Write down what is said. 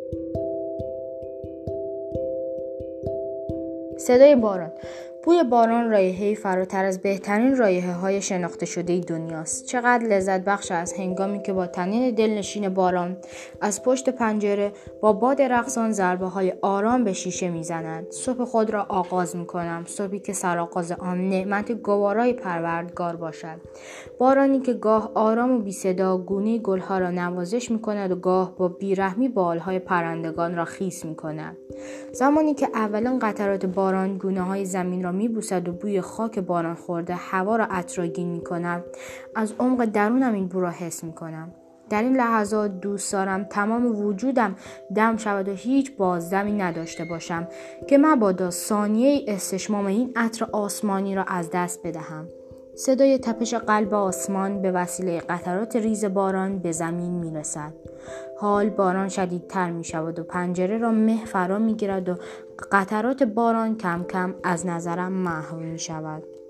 صدای باران. بوی باران رایحه‌ای فراتر از بهترین رایحه‌های شناخته شده دنیاست. چقدر لذت بخش است هنگامی که با طنین دلنشین باران از پشت پنجره با باد رقصان ضربه‌های آرام به شیشه می‌زنند. صبح خود را آغاز می‌کنم، صبحی که سرآغاز آن نعمت گوارای پروردگار باشد. بارانی که گاه آرام و بی‌صدا گونه گل‌ها را نوازش می‌کند و گاه با بی‌رحمی بال‌های پرندگان را خیس می‌کند. زمانی که اولین قطرات باران گونه‌های زمین را می‌بوسد و بوی خاک باران خورده هوا را عطرآگین می‌کند، از عمق درونم این بو را حس می‌کنم. در این لحظات دوست دارم تمام وجودم دم شود و هیچ بازدمی نداشته باشم که مبادا ثانیه‌ای استشمام این عطر آسمانی را از دست بدهم. صدای تپش قلب آسمان به وسیله قطرات ریز باران به زمین می‌رسد. حال باران شدیدتر می‌شود و پنجره را مه فرا می‌گیرد و قطرات باران کم کم از نظرم محو می‌شود.